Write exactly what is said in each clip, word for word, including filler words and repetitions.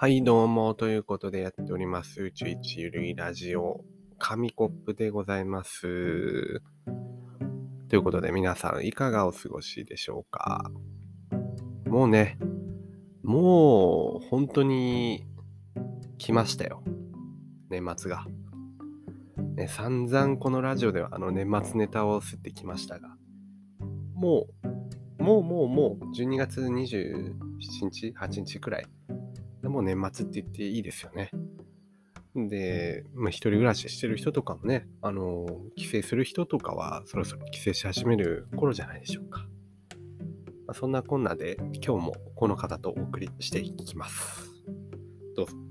はいどうもということでやっております宇宙一ゆるいラジオ紙コップでございます。ということで皆さんいかがお過ごしでしょうか。もうねもう本当に来ましたよ年末が、ね、散々このラジオではあの年末ネタをすってきましたが、もうもうもうもうじゅうにがつにじゅうしちにちはちにちくらいでもう年末って言っていいですよね。で、まあ、一人暮らししてる人とかもね、あの帰省する人とかはそろそろ帰省し始める頃じゃないでしょうか。まあ、そんなこんなで今日もこの方とお送りしていきます。どうぞ。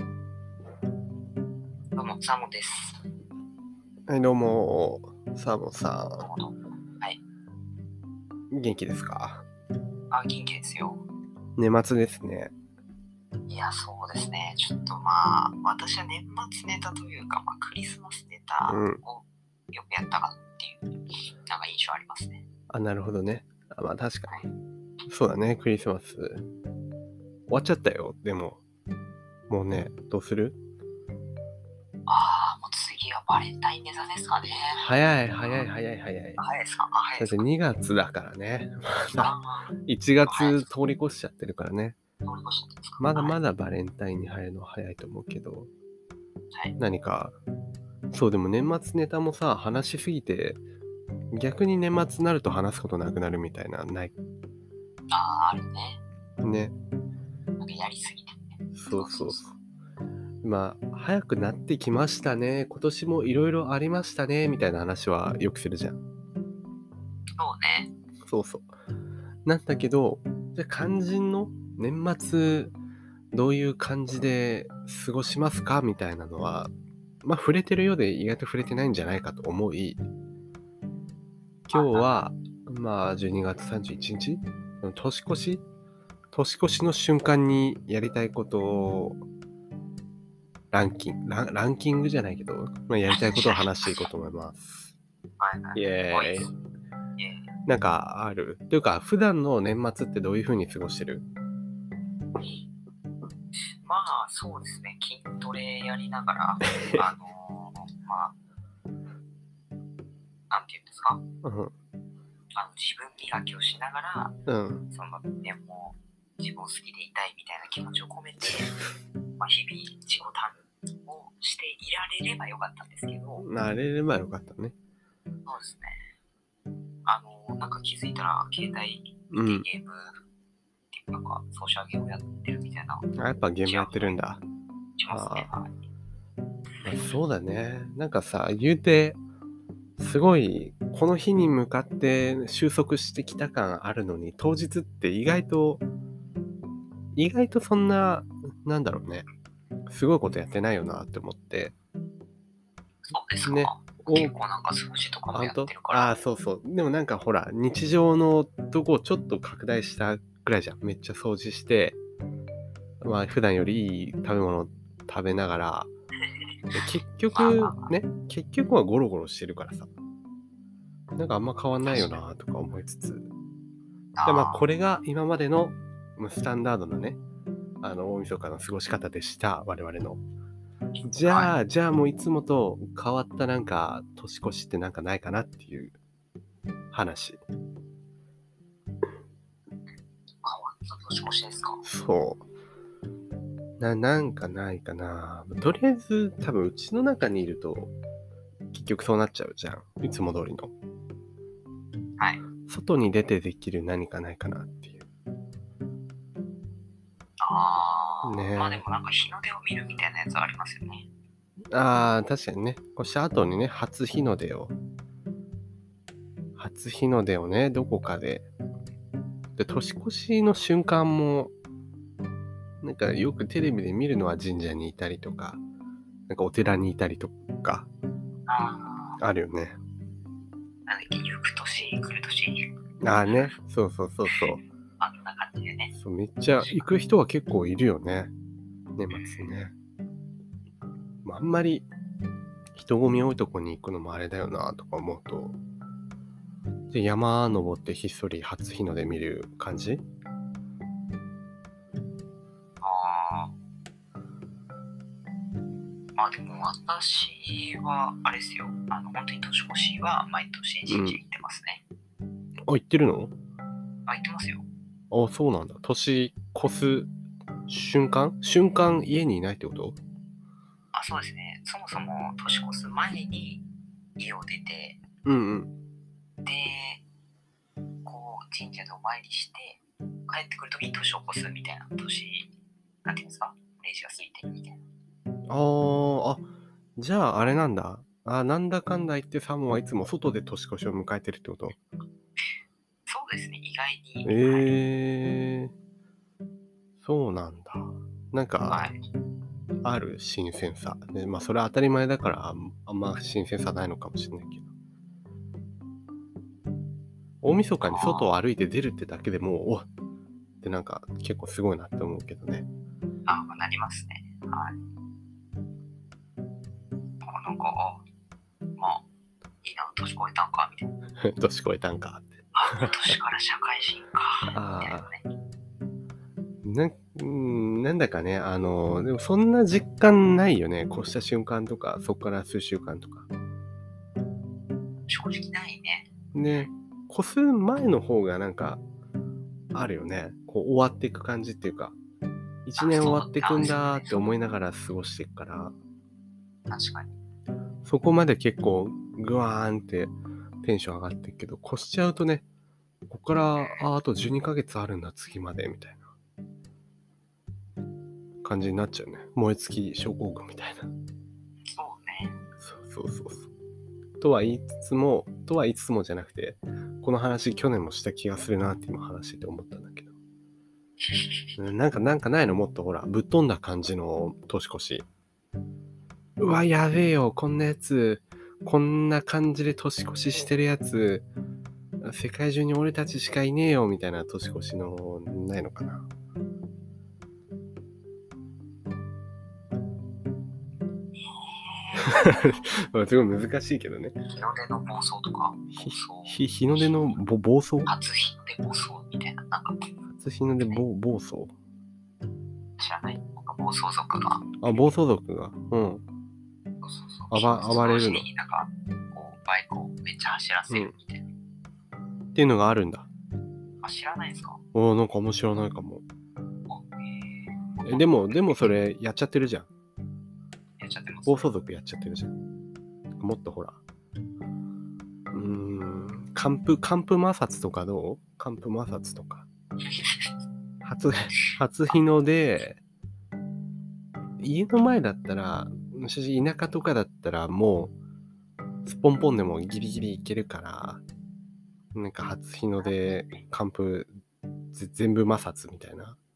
どうも、サーモンです。 はい、どうも、サーモンさどうもどうも。はい。 ん、元気ですか？ あ、元気ですよ。 年末ですね。 いや、そうですね。ちょっとまあ、私は年末ネタというか、まあ、クリスマスネタうん。 をよくやったかっていう、なんか印象ありますね。 あ、なるほどね。あ、まあ確かに。そうだね、クリスマス。終わっちゃったよ、でも。もうね、どうする？ ああ、もう次はバレンタインネタですかね。 早い、早い、早い、早い。 早いですか？あ、早いだってですか？ にがつだからね。まだあいちがつ早いです通り越しちゃってるからね。 通り越しちゃってますか？ まだまだ。 だバレンタインに入るのは早いと思うけど、 はい。 何か、そうでも年末ネタもさ、話しすぎて、逆に年末になると話すことなくなるみたいな、ないああ、あるね。 ね。 なんかやりすぎてね。 そうそうそう。まあ、早くなってきましたね。今年もいろいろありましたね。みたいな話はよくするじゃん。 そうね。 そうそう。なんだけど、じゃあ肝心の年末、どういう感じで過ごしますかみたいなのは、まあ触れてるようで意外と触れてないんじゃないかと思い、今日は、まあじゅうにがつさんじゅういちにち年越し年越しの瞬間にやりたいことをランキング、ランランキングじゃないけど、まあ、やりたいことを話していこうと思います。 はいはい。 イエーイ。 おいえーなんかあるというか、普段の年末ってどういう風に過ごしてる？ まあ、そうですね。筋トレやりながら、あのー、まあ、なんていうんですか、 うん。 あの自分磨きをしながら、 うん。 そのね、もう自分を好きでいたいみたいな気持ちを込めて、まあ、日々自己探をしていられればよかったんですけど、 なれればよかったね。 そうですね。あの、なんか気づいたら、携帯うん。 見てゲームっていうなんか、ソーシャルゲームをやってるみたいな、 あ、やっぱゲームやってるんだ。 しますね。はい。 まあ、そうだね。なんかさ、言うて、すごい、この日に向かって収束してきた感あるのに、当日って意外と、意外とそんな、なんだろうね。すごいことやってないよなって思って。 そうですね。 か。 お、 結構なんか掃除とかもやっあんとてるから、 ああ、そうそう。でもなんかほら、日常のとこをちょっと拡大したくらいじゃん。めっちゃ掃除して、まあ普段よりいい食べ物食べながら、で結局まあまあまあ、 ね、結局はゴロゴロしてるからさ。なんかあんま変わんないよ確かに。 なとか思いつつ。で、まああこれが今までのまあスタンダードなね、あの大晦日の過ごし方でした。我々の。じあ、はい。 ゃあ、じゃあもういつもと変わったなんか年越しってなんかないかなっていう話。 変わった年越しですか？ そう。な、なんかないかな。とりあえず多分うちの中にいると結局そうなっちゃうじゃん。いつも通りの。 はい。 外に出てできる何かないかなっていう。 ああ、 ねまあでもなんか日の出を見るみたいなやつありますよね。 ああ、確かにね。こうした後にね、初日の出を。初日の出をね、どこかで。で、年越しの瞬間も、なんかよくテレビで見るのは神社にいたりとか、なんかお寺にいたりとか、 ああ、 あるよね。 なんだっけ、行く年、来る年、 ああね。そうそうそうそう。 あんな感じでね。 そうめっちゃ行く人は結構いるよね。年末ね。まああんまり人混み多いとこに行くのもあれだよなとか思うと、で山登ってひっそり初日の出見る感じ。 ああ、 まあでも私はあれですよ、あの本当に年越しは毎年神社行ってますね。 あ、行ってるの？ あ、行ってますよ。 あ、そうなんだ。年越す瞬間瞬間家にいないってこと？ あ、そうですね。そもそも年越す前に家を出て、 うんうん。 で、こう神社でお参りして帰ってくるときに年を越すみたいな、年、なんていうんですか、レジが過ぎてるみたいな。 あー、あ、じゃああれなんだ。あ、なんだかんだ言ってサモはいつも外で年越しを迎えてるってこと？ そうですね、意外に。 えー、そうなんだ。なんか、 はい。 ある新鮮さ。で、まあそれは当たり前だからあんあんま新鮮さないのかもしれないけど。大晦日に外を歩いて出るってだけでもう、おってなんか結構すごいなって思うけどね。 あ、まあ、なりますね。はい。あ、なんか、あ、まあ、いいな、年越えたんか、みたいな。 年越えたんかって。 あ、今年から社会人か、みたいあなね。 な、うんなんだかね、あの、でもそんな実感ないよね。越した瞬間とか、そこから数週間とか。 正直ないね。 ね、越す前の方がなんか、あるよね。こう終わっていく感じっていうか、一年終わっていくんだって思いながら過ごしていくから、 確かに。 そこまで結構グワーンってテンション上がってるけど、越しちゃうとね、ここから、あ、あとじゅうにかげつあるんだ、次まで、みたいな感じになっちゃうね。燃え尽き症候群みたいな。 そうね。 そうそうそうそう。とは言いつつも、とは言いつつもじゃなくて、この話去年もした気がするなって今話してて思ったんだけど。なんか、なんかないの？もっとほら、ぶっ飛んだ感じの年越し。うわ、やべえよ、こんなやつ、こんな感じで年越ししてるやつ、世界中に俺たちしかいねえよ、みたいな年越しの、ないのかな。すごい難しいけどね。 日の出の暴走とか、暴走。 ひ、日の出のぼ暴走初日の出暴走みたいな、なんか、 初日の出暴暴走知らない。なんか暴走族が。 あ、暴走族が。うん。 そうそうそう。 暴暴れるの同時になんか、こう、バイクをめっちゃ走らせるみたいな。 っていうのがあるんだ。 あ、知らないですか？ おー、なんか面白いないかも。 あ、ええ、でも、でもそれやっちゃってるじゃん。 ー、やっちゃってます。 暴走族やっちゃってるじゃん。もっとほら。うーん、寒風、寒風摩擦とかどう？寒風摩擦とか。初、初日の出、家の前だったら、私田舎とかだったらもう、スポンポンでもギリギリいけるから、なんか初日の出、寒風、ぜ全部摩擦みたいな。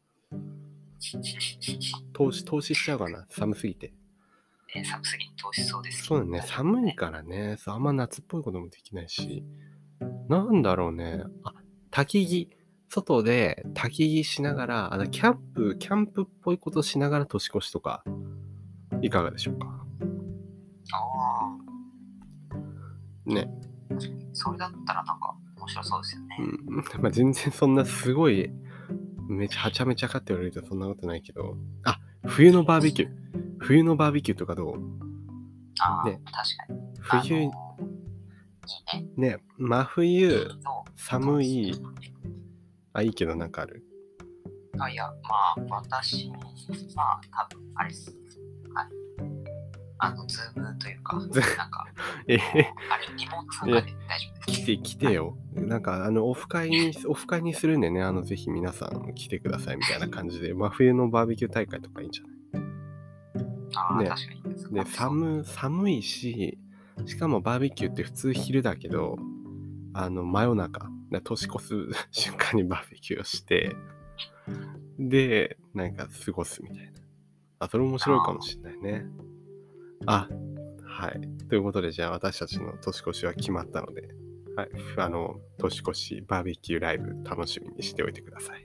投資、投資しちゃうかな、寒すぎて。 ね、寒すぎて通しそうです。 そうだね、寒いからね、そうあんま夏っぽいこともできないし、なんだろうね、あ、焚き木、外で焚き木しながら、あの、キャンプ、キャンプっぽいことしながら年越しとか、いかがでしょうか。 あね。 あ、それだったらなんか面白そうですよね。 うん。まあ、全然そんなすごい、めちゃはちゃめちゃかって言われるとそんなことないけど、あ、冬のバーベキュー。冬のバーベキューとかどう？ ああ、 ね、 確かに。 冬、 あのー、いいね。 ね、真冬、 そう寒い、あ、いいけどなんかある。 あ、いや、まあ、私は多分、あれです。はい。あの、ズームというか、なんか、 えへあれ、リモート参加で大丈夫です。 来て、来てよ。なんか、あの、オフ会に、オフ会にするんでね、あの、ぜひ皆さん来てくださいみたいな感じで、真冬のバーベキュー大会とかいいんじゃない？ ああ、 ね確かに。 で、寒、寒いし、しかもバーベキューって普通昼だけど、あの、真夜中、年越す瞬間にバーベキューをして、で、なんか過ごすみたいな。あ、それ面白いかもしれないね。あ、はい。ということで、じゃあ私たちの年越しは決まったので、はい。あの、年越しバーベキューライブ楽しみにしておいてください。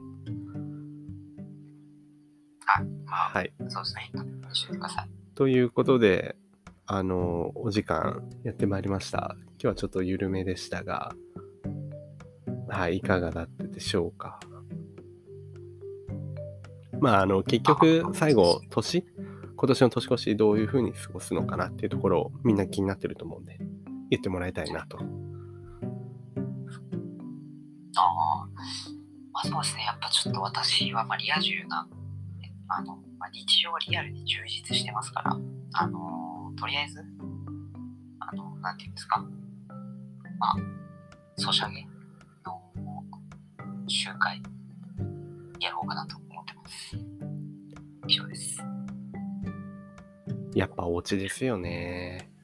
はい。まあ、 はい。 そうですね。してください。 ということで、あの、お時間やってまいりました。今日はちょっと緩めでしたが、はい、いかがだったでしょうか。まあ、あの、結局、最後、年今年の年越しどういう風に過ごすのかなっていうところをみんな気になってると思うんで、言ってもらいたいなと。 ああ、まあそうですね。やっぱちょっと私はまあリア充な、あの、まあ、日常はリアルに充実してますから、あのーとりあえず、あの、なんていうんですか、まあ、ソシャゲの集会やろうかなと思ってます。以上です。 やっぱお家ですよね。